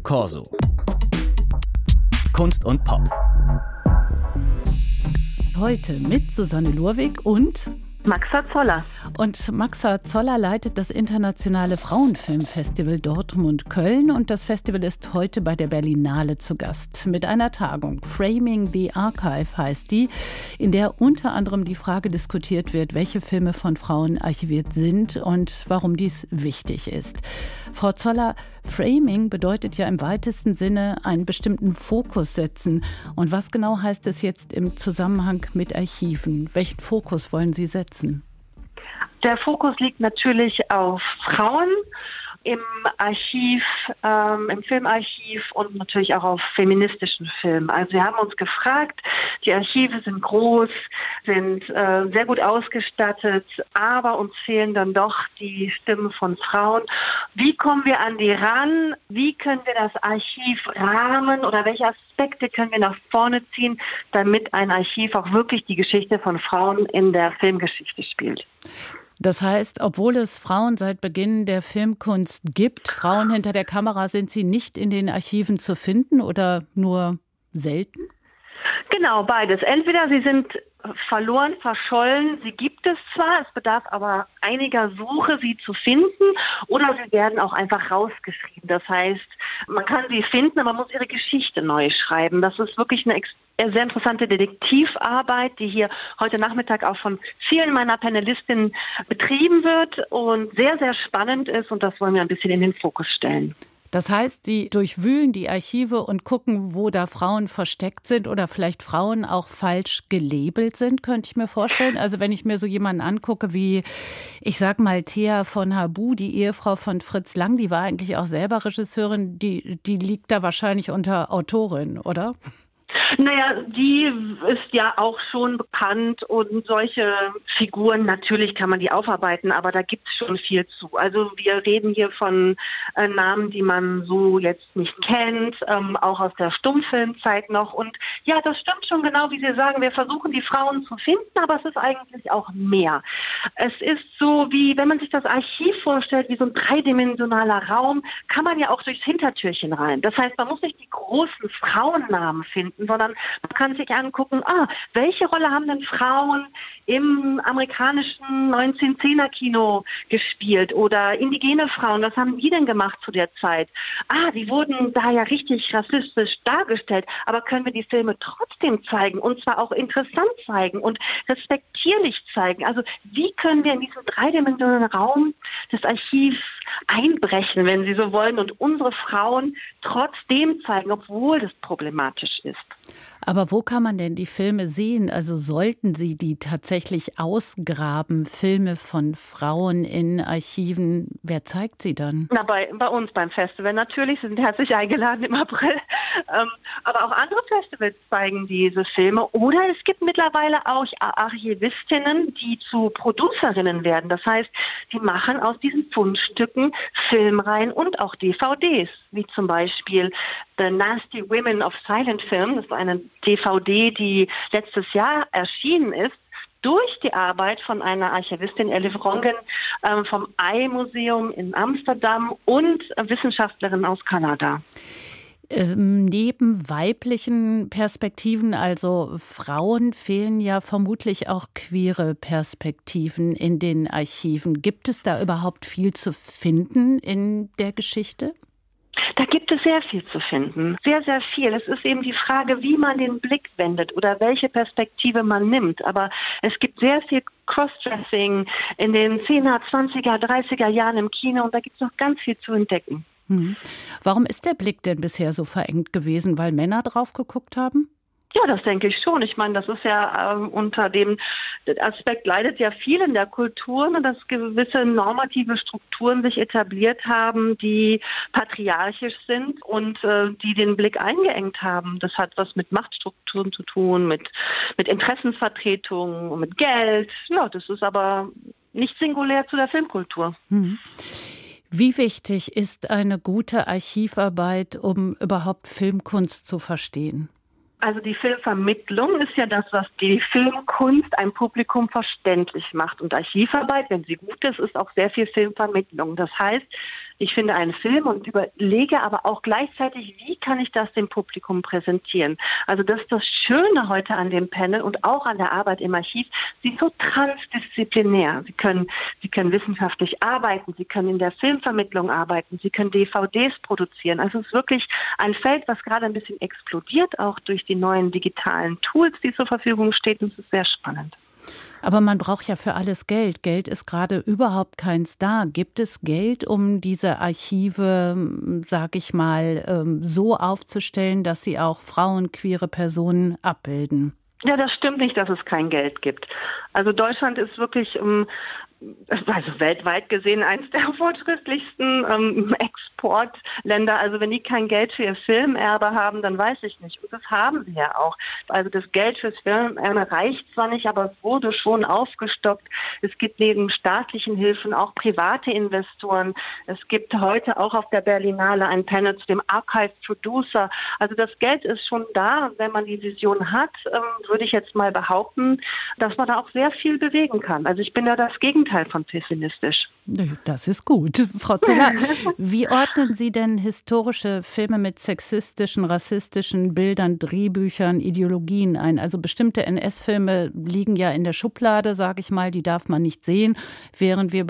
Corso. Kunst und Pop. Heute mit Susanne Lurwig und Maxa Zoller. Und Maxa Zoller leitet das Internationale Frauenfilmfestival Dortmund-Köln und das Festival ist heute bei der Berlinale zu Gast mit einer Tagung. Framing the Archive heißt die, in der unter anderem die Frage diskutiert wird, welche Filme von Frauen archiviert sind und warum dies wichtig ist. Frau Zoller, Framing bedeutet ja im weitesten Sinne einen bestimmten Fokus setzen. Und was genau heißt es jetzt im Zusammenhang mit Archiven? Welchen Fokus wollen Sie setzen? Der Fokus liegt natürlich auf Frauen im Archiv, im Filmarchiv und natürlich auch auf feministischen Filmen. Also wir haben uns gefragt, die Archive sind groß, sind sehr gut ausgestattet, aber uns fehlen dann doch die Stimmen von Frauen. Wie kommen wir an die ran? Wie können wir das Archiv rahmen oder welche Aspekte können wir nach vorne ziehen, damit ein Archiv auch wirklich die Geschichte von Frauen in der Filmgeschichte spielt? Das heißt, obwohl es Frauen seit Beginn der Filmkunst gibt, Frauen hinter der Kamera, sind sie nicht in den Archiven zu finden oder nur selten? Genau, beides. Entweder sie sind verloren, verschollen, sie gibt es zwar, es bedarf aber einiger Suche, sie zu finden, oder sie werden auch einfach rausgeschrieben. Das heißt, man kann sie finden, aber man muss ihre Geschichte neu schreiben. Das ist wirklich eine sehr interessante Detektivarbeit, die hier heute Nachmittag auch von vielen meiner Panelistinnen betrieben wird und sehr, sehr spannend ist und das wollen wir ein bisschen in den Fokus stellen. Das heißt, Sie durchwühlen die Archive und gucken, wo da Frauen versteckt sind oder vielleicht Frauen auch falsch gelabelt sind, könnte ich mir vorstellen. Also wenn ich mir so jemanden angucke wie, ich sag mal, Thea von Habu, die Ehefrau von Fritz Lang, die war eigentlich auch selber Regisseurin, die liegt da wahrscheinlich unter Autorin, oder? Naja, die ist ja auch schon bekannt und solche Figuren, natürlich kann man die aufarbeiten, aber da gibt es schon viel zu. Also wir reden hier von Namen, die man so jetzt nicht kennt, auch aus der Stummfilmzeit noch. Und ja, das stimmt schon genau, wie Sie sagen, wir versuchen die Frauen zu finden, aber es ist eigentlich auch mehr. Es ist so, wie wenn man sich das Archiv vorstellt, wie so ein dreidimensionaler Raum, kann man ja auch durchs Hintertürchen rein. Das heißt, man muss nicht die großen Frauennamen finden, sondern man kann sich angucken, welche Rolle haben denn Frauen im amerikanischen 1910er-Kino gespielt oder indigene Frauen, was haben die denn gemacht zu der Zeit? Die wurden da ja richtig rassistisch dargestellt, aber können wir die Filme trotzdem zeigen und zwar auch interessant zeigen und respektierlich zeigen? Also wie können wir in diesen dreidimensionalen Raum des Archivs einbrechen, wenn Sie so wollen, und unsere Frauen trotzdem zeigen, obwohl das problematisch ist? Aber wo kann man denn die Filme sehen? Also sollten Sie die tatsächlich ausgraben, Filme von Frauen in Archiven? Wer zeigt sie dann? Bei uns beim Festival natürlich, Sie sind herzlich eingeladen im April. Aber auch andere Festivals zeigen diese Filme. Oder es gibt mittlerweile auch Archivistinnen, die zu Producerinnen werden. Das heißt, die machen aus diesen Fundstücken Filmreihen und auch DVDs, wie zum Beispiel The Nasty Women of Silent Film. Das war eine DVD, die letztes Jahr erschienen ist, durch die Arbeit von einer Archivistin, Elif Rongen, vom Eye-Museum in Amsterdam und Wissenschaftlerin aus Kanada. Neben weiblichen Perspektiven, also Frauen, fehlen ja vermutlich auch queere Perspektiven in den Archiven. Gibt es da überhaupt viel zu finden in der Geschichte? Da gibt es sehr viel zu finden, sehr, sehr viel. Es ist eben die Frage, wie man den Blick wendet oder welche Perspektive man nimmt. Aber es gibt sehr viel Crossdressing in den 10er, 20er, 30er Jahren im Kino und da gibt es noch ganz viel zu entdecken. Warum ist der Blick denn bisher so verengt gewesen? Weil Männer drauf geguckt haben? Ja, das denke ich schon. Ich meine, das ist ja unter dem Aspekt leidet ja viel in der Kultur, dass gewisse normative Strukturen sich etabliert haben, die patriarchisch sind und die den Blick eingeengt haben. Das hat was mit Machtstrukturen zu tun, mit Interessensvertretung, mit Geld. Ja, das ist aber nicht singulär zu der Filmkultur. Wie wichtig ist eine gute Archivarbeit, um überhaupt Filmkunst zu verstehen? Also die Filmvermittlung ist ja das, was die Filmkunst einem Publikum verständlich macht. Und Archivarbeit, wenn sie gut ist, ist auch sehr viel Filmvermittlung. Das heißt, ich finde einen Film und überlege aber auch gleichzeitig, wie kann ich das dem Publikum präsentieren. Also das ist das Schöne heute an dem Panel und auch an der Arbeit im Archiv. Sie ist so transdisziplinär. Sie können wissenschaftlich arbeiten, Sie können in der Filmvermittlung arbeiten, Sie können DVDs produzieren. Also es ist wirklich ein Feld, was gerade ein bisschen explodiert, auch durch die neuen digitalen Tools, die zur Verfügung stehen. Und es ist sehr spannend. Aber man braucht ja für alles Geld. Geld ist gerade überhaupt keins da. Gibt es Geld, um diese Archive, sag ich mal, so aufzustellen, dass sie auch Frauen, queere Personen abbilden? Ja, das stimmt nicht, dass es kein Geld gibt. Also Deutschland ist wirklich also weltweit gesehen eines der fortschrittlichsten Exportländer. Also wenn die kein Geld für ihr Filmerbe haben, dann weiß ich nicht. Und das haben sie ja auch. Also das Geld fürs Filmerbe reicht zwar nicht, aber es wurde schon aufgestockt. Es gibt neben staatlichen Hilfen auch private Investoren. Es gibt heute auch auf der Berlinale ein Panel zu dem Archive Producer. Also das Geld ist schon da. Und wenn man die Vision hat, würde ich jetzt mal behaupten, dass man da auch sehr viel bewegen kann. Also ich bin da das Gegenteil von pessimistisch. Das ist gut. Frau Zoller, wie ordnen Sie denn historische Filme mit sexistischen, rassistischen Bildern, Drehbüchern, Ideologien ein? Also bestimmte NS-Filme liegen ja in der Schublade, sage ich mal, die darf man nicht sehen, während wir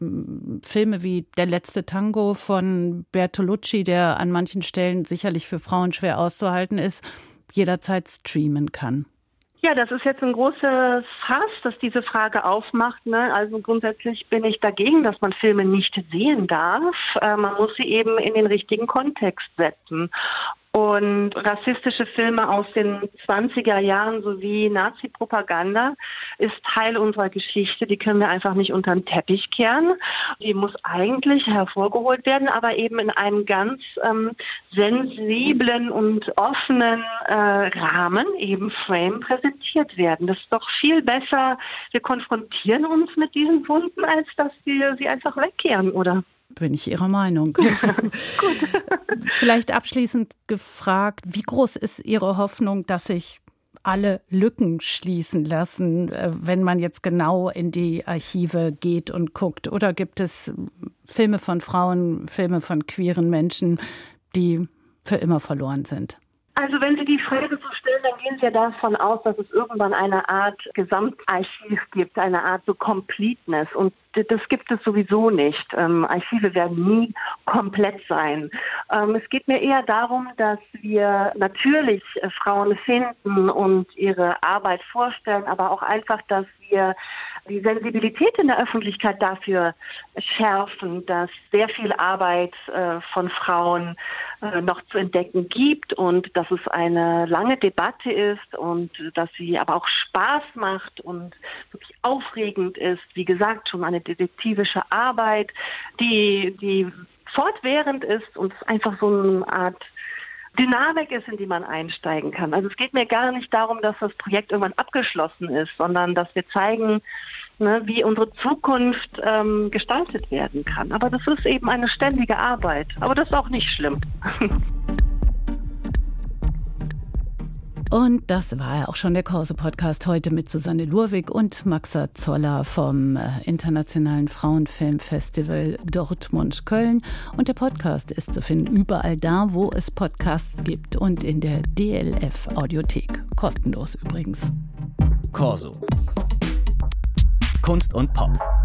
Filme wie Der letzte Tango von Bertolucci, der an manchen Stellen sicherlich für Frauen schwer auszuhalten ist, jederzeit streamen kann. Ja, das ist jetzt ein großes Fass, das diese Frage aufmacht. Ne? Also grundsätzlich bin ich dagegen, dass man Filme nicht sehen darf. Man muss sie eben in den richtigen Kontext setzen. Und rassistische Filme aus den 20er Jahren sowie Nazi-Propaganda ist Teil unserer Geschichte. Die können wir einfach nicht unter den Teppich kehren. Die muss eigentlich hervorgeholt werden, aber eben in einem ganz sensiblen und offenen Rahmen, eben Frame, präsentiert werden. Das ist doch viel besser. Wir konfrontieren uns mit diesen Wunden, als dass wir sie einfach wegkehren, oder? Bin ich Ihrer Meinung. Vielleicht abschließend gefragt, wie groß ist Ihre Hoffnung, dass sich alle Lücken schließen lassen, wenn man jetzt genau in die Archive geht und guckt? Oder gibt es Filme von Frauen, Filme von queeren Menschen, die für immer verloren sind? Also wenn Sie die Frage so stellen, dann gehen Sie ja davon aus, dass es irgendwann eine Art Gesamtarchiv gibt, eine Art so Completeness. Und das gibt es sowieso nicht. Archive werden nie komplett sein. Es geht mir eher darum, dass wir natürlich Frauen finden und ihre Arbeit vorstellen, aber auch einfach, dass wir die Sensibilität in der Öffentlichkeit dafür schärfen, dass sehr viel Arbeit von Frauen noch zu entdecken gibt und dass es eine lange Debatte ist und dass sie aber auch Spaß macht und wirklich aufregend ist. Wie gesagt, schon eine detektivische Arbeit, die fortwährend ist und einfach so eine Art Dynamik ist, in die man einsteigen kann. Also es geht mir gar nicht darum, dass das Projekt irgendwann abgeschlossen ist, sondern dass wir zeigen, wie unsere Zukunft gestaltet werden kann. Aber das ist eben eine ständige Arbeit. Aber das ist auch nicht schlimm. Und das war ja auch schon der Corso-Podcast heute mit Susanne Lurwig und Maxa Zoller vom Internationalen Frauenfilmfestival Dortmund-Köln. Und der Podcast ist zu finden überall da, wo es Podcasts gibt und in der DLF-Audiothek. Kostenlos übrigens. Corso. Kunst und Pop.